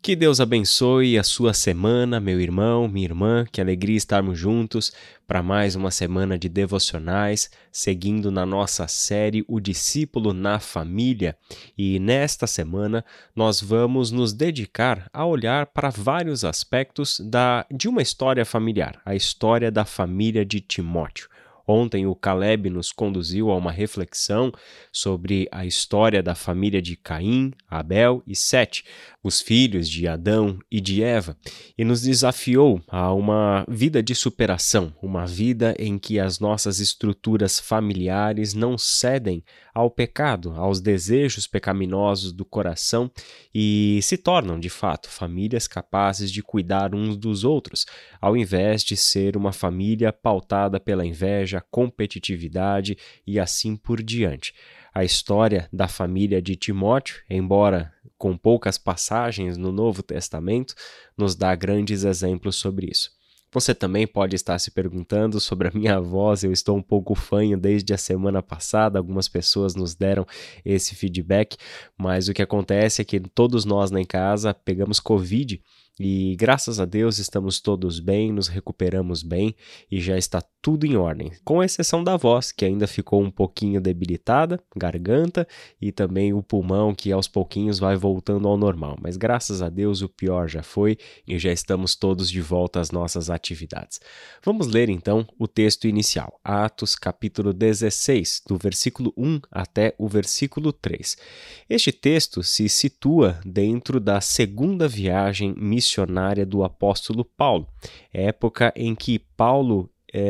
Que Deus abençoe a sua semana, meu irmão, minha irmã, que alegria estarmos juntos para mais uma semana de devocionais, seguindo na nossa série O Discípulo na Família. E nesta semana nós vamos nos dedicar a olhar para vários aspectos de uma história familiar, a história da família de Timóteo. Ontem o Caleb nos conduziu a uma reflexão sobre a história da família de Caim, Abel e Sete, os filhos de Adão e de Eva, e nos desafiou a uma vida de superação, uma vida em que as nossas estruturas familiares não cedem ao pecado, aos desejos pecaminosos do coração e se tornam, de fato, famílias capazes de cuidar uns dos outros, ao invés de ser uma família pautada pela inveja, competitividade e assim por diante. A história da família de Timóteo, embora com poucas passagens no Novo Testamento, nos dá grandes exemplos sobre isso. Você também pode estar se perguntando sobre a minha voz, eu estou um pouco fanho desde a semana passada, algumas pessoas nos deram esse feedback, mas o que acontece é que todos nós lá em casa pegamos Covid e graças a Deus estamos todos bem, nos recuperamos bem e já está tudo em ordem, com exceção da voz, que ainda ficou um pouquinho debilitada, garganta e também o pulmão que aos pouquinhos vai voltando ao normal, mas graças a Deus o pior já foi e já estamos todos de volta às nossas atividades. Vamos ler então o texto inicial, Atos capítulo 16, do versículo 1 até o versículo 3. Este texto se situa dentro da segunda viagem missionária do apóstolo Paulo, época em que Paulo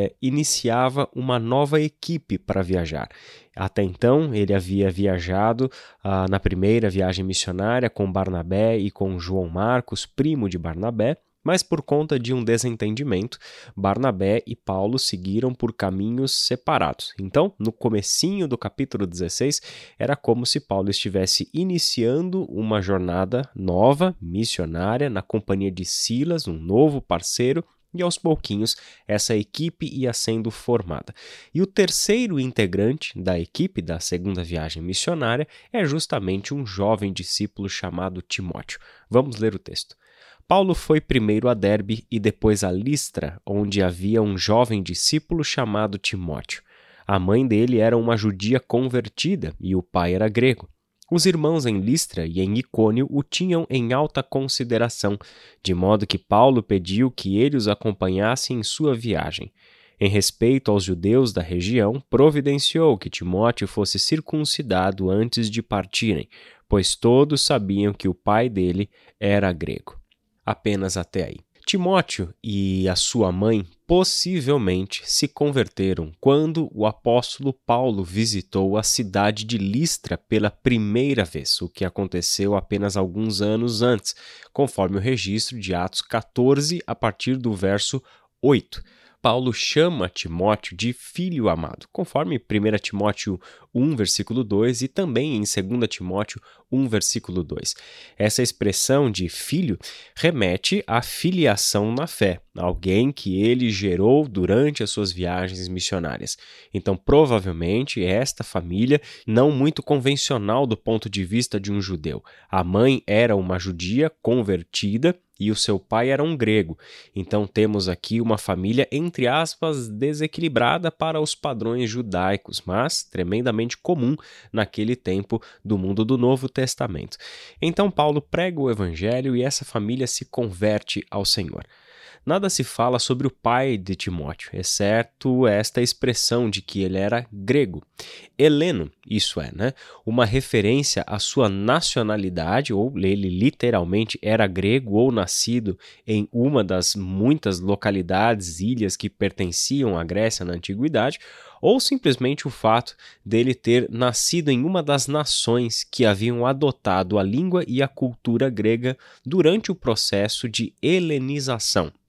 iniciava uma nova equipe para viajar. Até então, ele havia viajado na primeira viagem missionária com Barnabé e com João Marcos, primo de Barnabé, mas por conta de um desentendimento, Barnabé e Paulo seguiram por caminhos separados. Então, no comecinho do capítulo 16, era como se Paulo estivesse iniciando uma jornada nova, missionária, na companhia de Silas, um novo parceiro, e aos pouquinhos essa equipe ia sendo formada. E o terceiro integrante da equipe da segunda viagem missionária é justamente um jovem discípulo chamado Timóteo. Vamos ler o texto. Paulo foi primeiro a Derbe e depois a Listra, onde havia um jovem discípulo chamado Timóteo. A mãe dele era uma judia convertida e o pai era grego. Os irmãos em Listra e em Icônio o tinham em alta consideração, de modo que Paulo pediu que ele os acompanhasse em sua viagem. Em respeito aos judeus da região, providenciou que Timóteo fosse circuncidado antes de partirem, pois todos sabiam que o pai dele era grego. Apenas até aí. Timóteo e a sua mãe possivelmente se converteram quando o apóstolo Paulo visitou a cidade de Listra pela primeira vez, o que aconteceu apenas alguns anos antes, conforme o registro de Atos 14, a partir do verso 8. Paulo chama Timóteo de filho amado, conforme 1 Timóteo 1, versículo 2 e também em 2 Timóteo 1, versículo 2. Essa expressão de filho remete à filiação na fé, alguém que ele gerou durante as suas viagens missionárias. Então, provavelmente, esta família, não muito convencional do ponto de vista de um judeu. A mãe era uma judia convertida, e o seu pai era um grego. Então temos aqui uma família, entre aspas, desequilibrada para os padrões judaicos, mas tremendamente comum naquele tempo do mundo do Novo Testamento. Então Paulo prega o evangelho e essa família se converte ao Senhor. Nada se fala sobre o pai de Timóteo, exceto esta expressão de que ele era grego. Heleno, isso é, uma referência à sua nacionalidade, ou ele literalmente era grego ou nascido em uma das muitas localidades, ilhas que pertenciam à Grécia na antiguidade, ou simplesmente o fato dele ter nascido em uma das nações que haviam adotado a língua e a cultura grega durante o processo de helenização.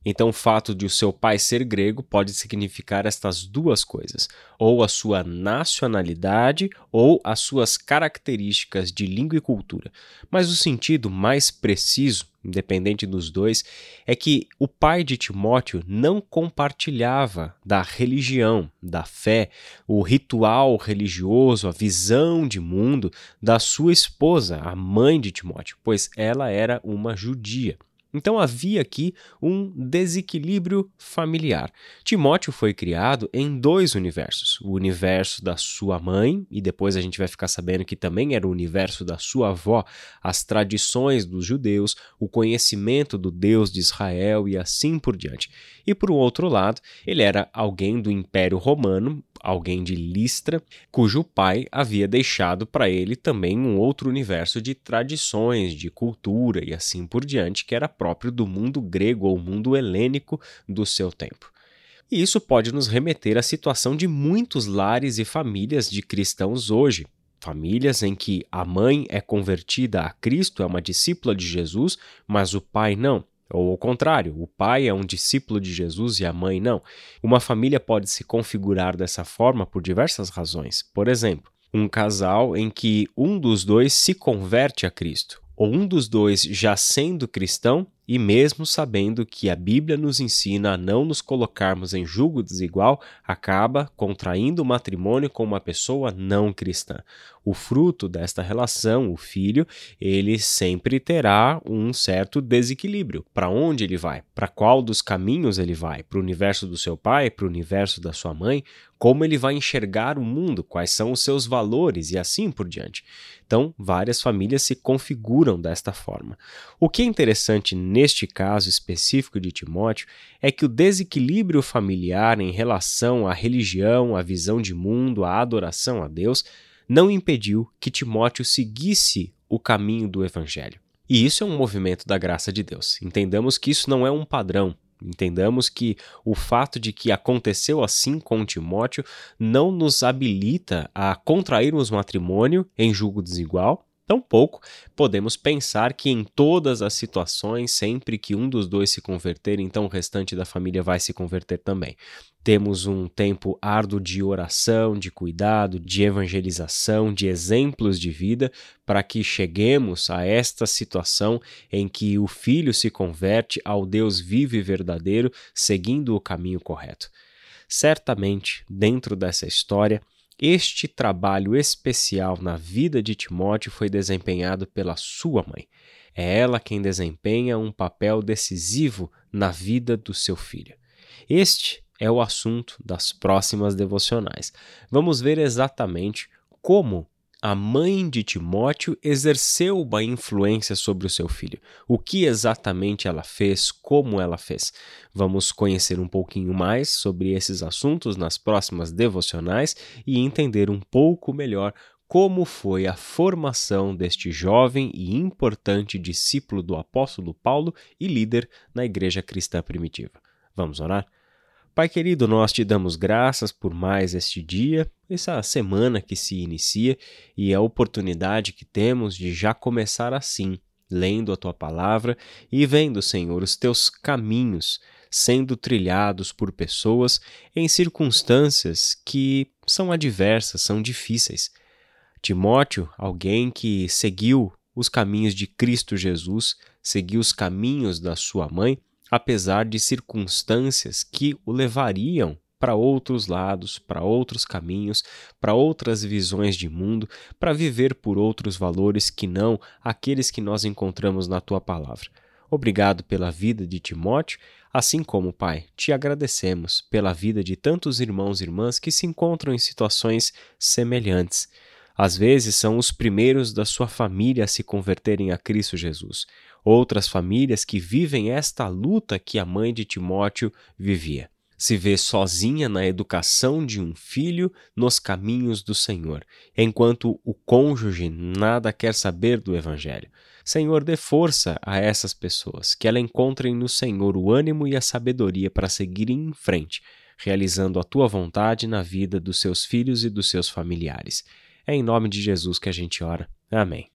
Então, o fato de o seu pai ser grego pode significar estas duas coisas, ou a sua nacionalidade ou as suas características de língua e cultura. Mas o sentido mais preciso, independente dos dois, é que o pai de Timóteo não compartilhava da religião, da fé, o ritual religioso, a visão de mundo da sua esposa, a mãe de Timóteo, pois ela era uma judia. Então havia aqui um desequilíbrio familiar. Timóteo foi criado em dois universos: o universo da sua mãe, e depois a gente vai ficar sabendo que também era o universo da sua avó, as tradições dos judeus, o conhecimento do Deus de Israel e assim por diante. E por um outro lado, ele era alguém do Império Romano, alguém de Listra, cujo pai havia deixado para ele também um outro universo de tradições, de cultura e assim por diante, que era próprio do mundo grego ou mundo helênico do seu tempo. E isso pode nos remeter à situação de muitos lares e famílias de cristãos hoje. Famílias em que a mãe é convertida a Cristo, é uma discípula de Jesus, mas o pai não. Ou ao contrário, o pai é um discípulo de Jesus e a mãe não. Uma família pode se configurar dessa forma por diversas razões. Por exemplo, um casal em que um dos dois se converte a Cristo, ou um dos dois já sendo cristão e mesmo sabendo que a Bíblia nos ensina a não nos colocarmos em julgo desigual, acaba contraindo o matrimônio com uma pessoa não cristã. O fruto desta relação, o filho, ele sempre terá um certo desequilíbrio. Para onde ele vai? Para qual dos caminhos ele vai? Para o universo do seu pai? Para o universo da sua mãe? Como ele vai enxergar o mundo? Quais são os seus valores? E assim por diante. Então, várias famílias se configuram desta forma. O que é interessante neste caso específico de Timóteo é que o desequilíbrio familiar em relação à religião, à visão de mundo, à adoração a Deus, não impediu que Timóteo seguisse o caminho do Evangelho. E isso é um movimento da graça de Deus. Entendamos que isso não é um padrão. Entendamos que o fato de que aconteceu assim com Timóteo não nos habilita a contrairmos matrimônio em julgo desigual. Tampouco podemos pensar que em todas as situações, sempre que um dos dois se converter, então o restante da família vai se converter também. Temos um tempo árduo de oração, de cuidado, de evangelização, de exemplos de vida, para que cheguemos a esta situação em que o filho se converte ao Deus vivo e verdadeiro, seguindo o caminho correto. Certamente, dentro dessa história, este trabalho especial na vida de Timóteo foi desempenhado pela sua mãe. É ela quem desempenha um papel decisivo na vida do seu filho. Este é o assunto das próximas devocionais. Vamos ver exatamente como a mãe de Timóteo exerceu uma influência sobre o seu filho. O que exatamente ela fez, como ela fez. Vamos conhecer um pouquinho mais sobre esses assuntos nas próximas devocionais e entender um pouco melhor como foi a formação deste jovem e importante discípulo do apóstolo Paulo e líder na igreja cristã primitiva. Vamos orar? Pai querido, nós te damos graças por mais este dia, essa semana que se inicia e a oportunidade que temos de já começar assim, lendo a Tua palavra e vendo, Senhor, os Teus caminhos sendo trilhados por pessoas em circunstâncias que são adversas, são difíceis. Timóteo, alguém que seguiu os caminhos de Cristo Jesus, seguiu os caminhos da sua mãe, apesar de circunstâncias que o levariam para outros lados, para outros caminhos, para outras visões de mundo, para viver por outros valores que não aqueles que nós encontramos na Tua palavra. Obrigado pela vida de Timóteo, assim como, Pai, te agradecemos pela vida de tantos irmãos e irmãs que se encontram em situações semelhantes. Às vezes são os primeiros da sua família a se converterem a Cristo Jesus. Outras famílias que vivem esta luta que a mãe de Timóteo vivia. Se vê sozinha na educação de um filho nos caminhos do Senhor, enquanto o cônjuge nada quer saber do Evangelho. Senhor, dê força a essas pessoas, que elas encontrem no Senhor o ânimo e a sabedoria para seguirem em frente, realizando a Tua vontade na vida dos seus filhos e dos seus familiares. É em nome de Jesus que a gente ora. Amém.